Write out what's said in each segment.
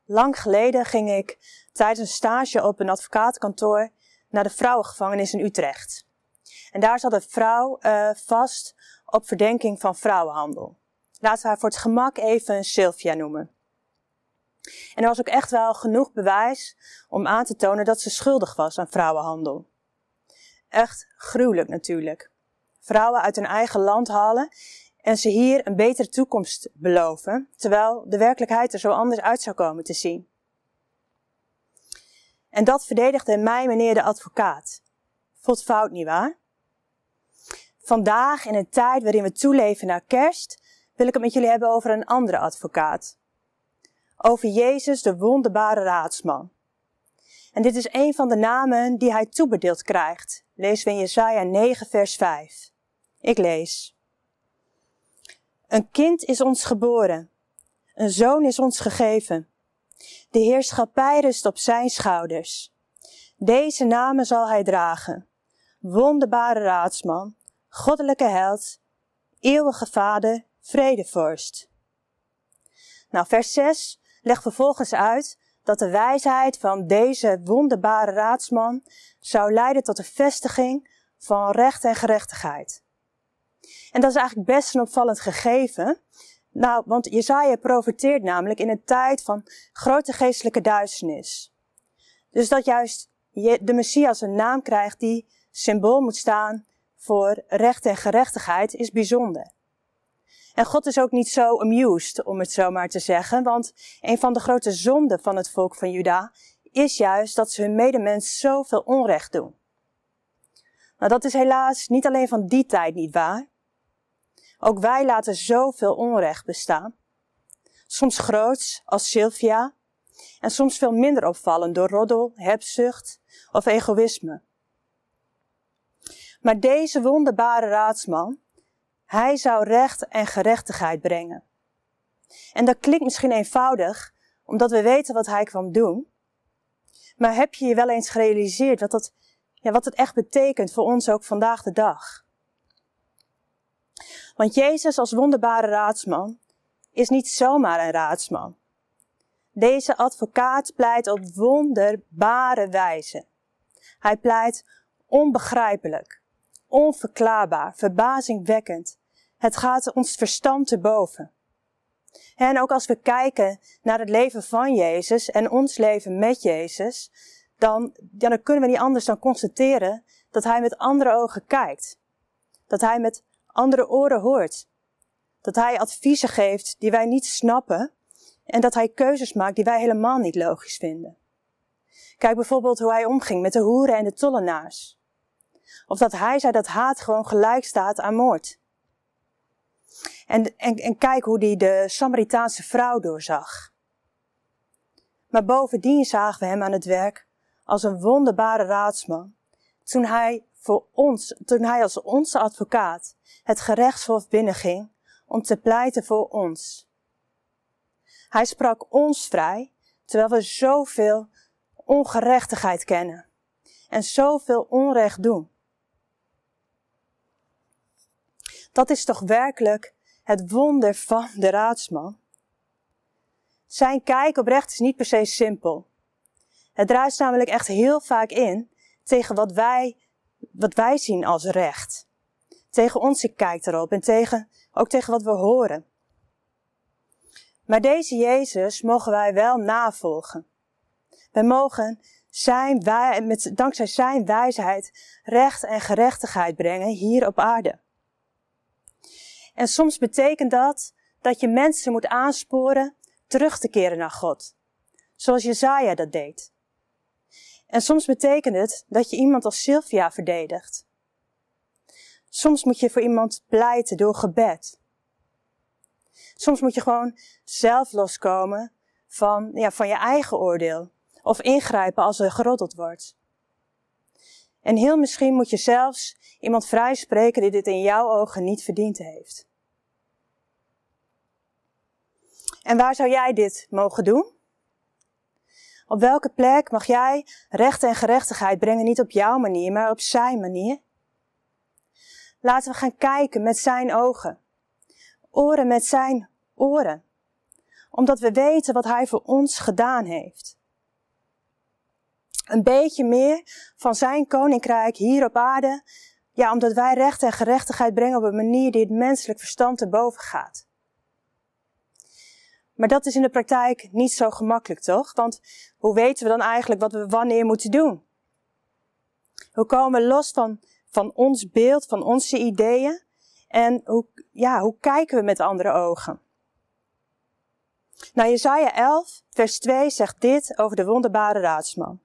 Lang geleden ging ik tijdens een stage op een advocatenkantoor naar de vrouwengevangenis in Utrecht. En daar zat een vrouw vast op verdenking van vrouwenhandel. Laten we haar voor het gemak even Sylvia noemen. En er was ook echt wel genoeg bewijs om aan te tonen dat ze schuldig was aan vrouwenhandel. Echt gruwelijk natuurlijk. Vrouwen uit hun eigen land halen en ze hier een betere toekomst beloven, terwijl de werkelijkheid er zo anders uit zou komen te zien. En dat verdedigde mij meneer de advocaat. Voelt fout, nietwaar? Vandaag, in een tijd waarin we toeleven naar kerst, wil ik het met jullie hebben over een andere advocaat. Over Jezus, de wonderbare raadsman. En dit is een van de namen die hij toebedeeld krijgt. Lezen we in Jesaja 9 vers 5. Ik lees. Een kind is ons geboren. Een zoon is ons gegeven. De heerschappij rust op zijn schouders. Deze namen zal hij dragen. Wonderbare raadsman, goddelijke held, eeuwige vader, vredevorst. Nou, vers 6 legt vervolgens uit dat de wijsheid van deze wonderbare raadsman zou leiden tot de vestiging van recht en gerechtigheid. En dat is eigenlijk best een opvallend gegeven. Nou, want Jesaja profeteert namelijk in een tijd van grote geestelijke duisternis. Dus dat juist de Messias een naam krijgt die symbool moet staan voor recht en gerechtigheid is bijzonder. En God is ook niet zo amused, om het zo maar te zeggen, want een van de grote zonden van het volk van Juda is juist dat ze hun medemens zoveel onrecht doen. Nou, dat is helaas niet alleen van die tijd niet waar. Ook wij laten zoveel onrecht bestaan. Soms groots, als Sylvia, en soms veel minder opvallend door roddel, hebzucht of egoïsme. Maar deze wonderbare raadsman, hij zou recht en gerechtigheid brengen. En dat klinkt misschien eenvoudig, omdat we weten wat hij kwam doen. Maar heb je je wel eens gerealiseerd wat het echt betekent voor ons ook vandaag de dag? Want Jezus als wonderbare raadsman is niet zomaar een raadsman. Deze advocaat pleit op wonderbare wijze. Hij pleit onbegrijpelijk, onverklaarbaar, verbazingwekkend. Het gaat ons verstand te boven. En ook als we kijken naar het leven van Jezus en ons leven met Jezus, dan kunnen we niet anders dan constateren dat hij met andere ogen kijkt. Dat hij met andere oren hoort. Dat hij adviezen geeft die wij niet snappen en dat hij keuzes maakt die wij helemaal niet logisch vinden. Kijk bijvoorbeeld hoe hij omging met de hoeren en de tollenaars. Of dat hij zei dat haat gewoon gelijk staat aan moord. En kijk hoe hij de Samaritaanse vrouw doorzag. Maar bovendien zagen we hem aan het werk als een wonderbare raadsman. Toen hij als onze advocaat het gerechtshof binnenging om te pleiten voor ons. Hij sprak ons vrij, terwijl we zoveel ongerechtigheid kennen en zoveel onrecht doen. Dat is toch werkelijk het wonder van de raadsman. Zijn kijk op recht is niet per se simpel. Het draait namelijk echt heel vaak in tegen wat wij zien als recht. Tegen onze kijk erop en ook tegen wat we horen. Maar deze Jezus mogen wij wel navolgen. Wij mogen dankzij zijn wijsheid recht en gerechtigheid brengen hier op aarde. En soms betekent dat je mensen moet aansporen terug te keren naar God. Zoals Jesaja dat deed. En soms betekent het dat je iemand als Sylvia verdedigt. Soms moet je voor iemand pleiten door gebed. Soms moet je gewoon zelf loskomen van je eigen oordeel. Of ingrijpen als er geroddeld wordt. En heel misschien moet je zelfs iemand vrijspreken die dit in jouw ogen niet verdiend heeft. En waar zou jij dit mogen doen? Op welke plek mag jij recht en gerechtigheid brengen, niet op jouw manier, maar op zijn manier? Laten we gaan kijken met zijn ogen. Oren met zijn oren. Omdat we weten wat hij voor ons gedaan heeft. Een beetje meer van zijn koninkrijk hier op aarde. Ja, omdat wij recht en gerechtigheid brengen op een manier die het menselijk verstand te boven gaat. Maar dat is in de praktijk niet zo gemakkelijk, toch? Want hoe weten we dan eigenlijk wat we wanneer moeten doen? Hoe komen we los van ons beeld, van onze ideeën? En hoe kijken we met andere ogen? Nou, Jesaja 11, vers 2 zegt dit over de wonderbare raadsman.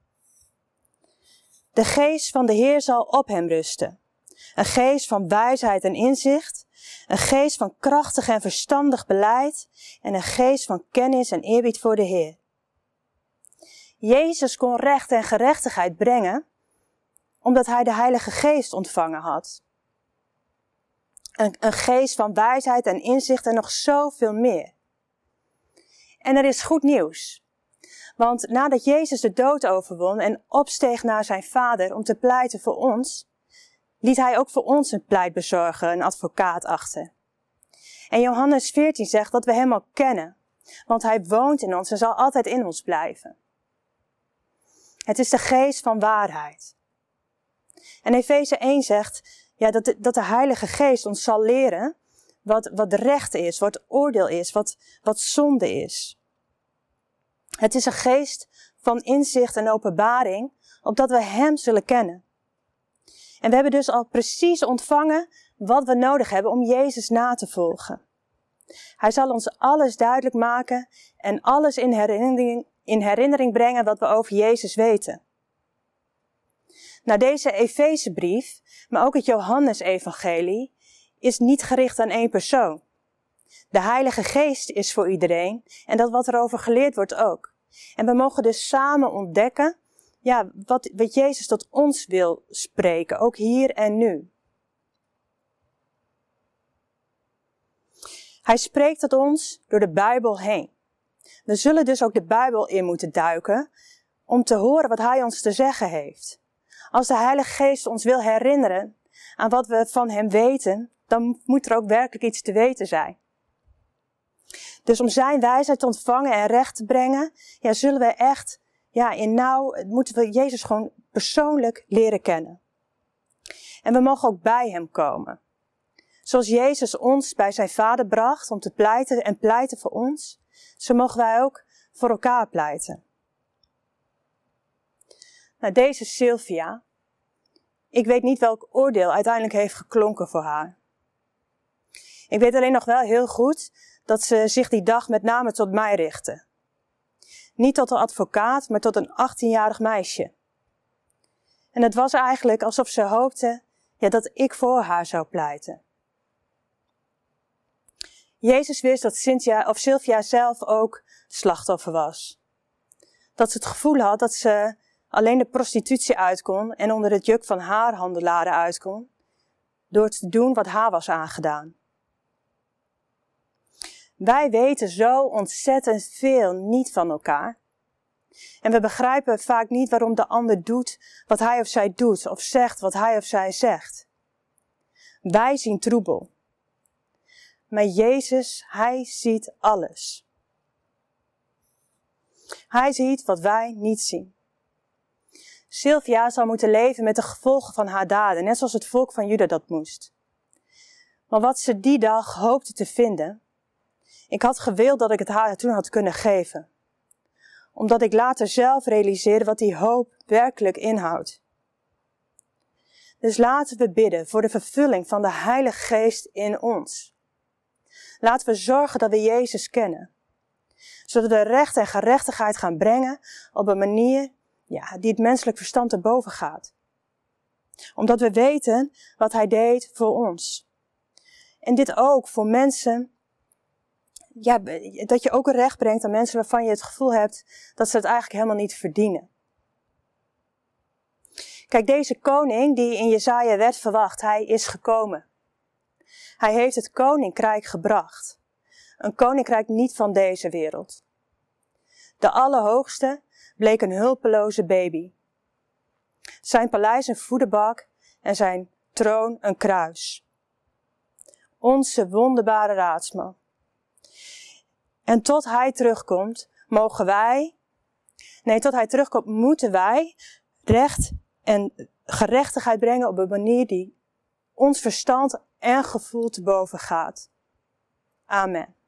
De geest van de Heer zal op hem rusten. Een geest van wijsheid en inzicht. Een geest van krachtig en verstandig beleid. En een geest van kennis en eerbied voor de Heer. Jezus kon recht en gerechtigheid brengen, omdat hij de Heilige Geest ontvangen had. Een geest van wijsheid en inzicht en nog zoveel meer. En er is goed nieuws. Want nadat Jezus de dood overwon en opsteeg naar zijn Vader om te pleiten voor ons, liet hij ook voor ons een pleitbezorger, een advocaat achter. En Johannes 14 zegt dat we hem al kennen, want hij woont in ons en zal altijd in ons blijven. Het is de geest van waarheid. En Efeze 1 zegt dat de Heilige Geest ons zal leren wat recht is, wat oordeel is, wat zonde is. Het is een geest van inzicht en openbaring, opdat we hem zullen kennen. En we hebben dus al precies ontvangen wat we nodig hebben om Jezus na te volgen. Hij zal ons alles duidelijk maken en alles in herinnering brengen wat we over Jezus weten. Nou, deze Efezebrief, maar ook het Johannes-evangelie, is niet gericht aan één persoon. De Heilige Geest is voor iedereen en dat wat erover geleerd wordt ook. En we mogen dus samen ontdekken wat Jezus tot ons wil spreken, ook hier en nu. Hij spreekt tot ons door de Bijbel heen. We zullen dus ook de Bijbel in moeten duiken om te horen wat hij ons te zeggen heeft. Als de Heilige Geest ons wil herinneren aan wat we van hem weten, dan moet er ook werkelijk iets te weten zijn. Dus om zijn wijsheid te ontvangen en recht te brengen, zullen we echt, moeten we Jezus gewoon persoonlijk leren kennen. En we mogen ook bij hem komen. Zoals Jezus ons bij zijn Vader bracht om te pleiten voor ons, zo mogen wij ook voor elkaar pleiten. Nou, deze Sylvia, ik weet niet welk oordeel uiteindelijk heeft geklonken voor haar. Ik weet alleen nog wel heel goed dat ze zich die dag met name tot mij richtte. Niet tot een advocaat, maar tot een 18-jarig meisje. En het was eigenlijk alsof ze hoopte dat ik voor haar zou pleiten. Jezus wist dat Sylvia zelf ook slachtoffer was. Dat ze het gevoel had dat ze alleen de prostitutie uit kon en onder het juk van haar handelaren uit kon, door te doen wat haar was aangedaan. Wij weten zo ontzettend veel niet van elkaar. En we begrijpen vaak niet waarom de ander doet wat hij of zij doet, of zegt wat hij of zij zegt. Wij zien troebel. Maar Jezus, hij ziet alles. Hij ziet wat wij niet zien. Sylvia zal moeten leven met de gevolgen van haar daden, net zoals het volk van Juda dat moest. Maar wat ze die dag hoopte te vinden, ik had gewild dat ik het haar toen had kunnen geven. Omdat ik later zelf realiseerde wat die hoop werkelijk inhoudt. Dus laten we bidden voor de vervulling van de Heilige Geest in ons. Laten we zorgen dat we Jezus kennen. Zodat we recht en gerechtigheid gaan brengen op een manier die het menselijk verstand te boven gaat. Omdat we weten wat hij deed voor ons. En dit ook voor mensen, dat je ook een recht brengt aan mensen waarvan je het gevoel hebt dat ze het eigenlijk helemaal niet verdienen. Kijk, deze koning die in Jesaja werd verwacht, hij is gekomen. Hij heeft het koninkrijk gebracht. Een koninkrijk niet van deze wereld. De Allerhoogste bleek een hulpeloze baby. Zijn paleis een voederbak en zijn troon een kruis. Onze wonderbare raadsman. En tot hij terugkomt, moeten wij recht en gerechtigheid brengen op een manier die ons verstand en gevoel te boven gaat. Amen.